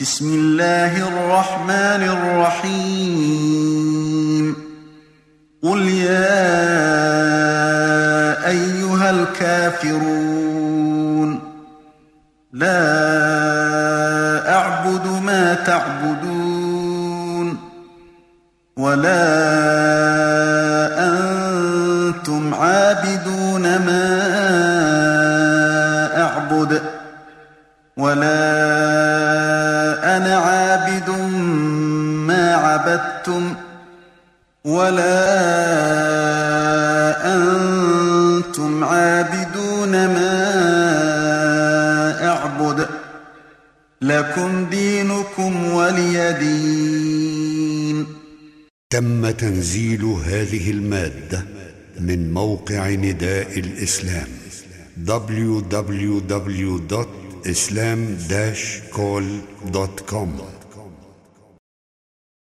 بسم الله الرحمن الرحيم قل يا أيها الكافرون لا أعبد ما تعبدون ولا أنتم عابدون ما أعبد ولا أنا عابد ما عبدتم ولا أنتم عابدون ما أعبد لكم دينكم ولي دين. تم تنزيل هذه المادة من موقع نداء الإسلام www.islam-call.com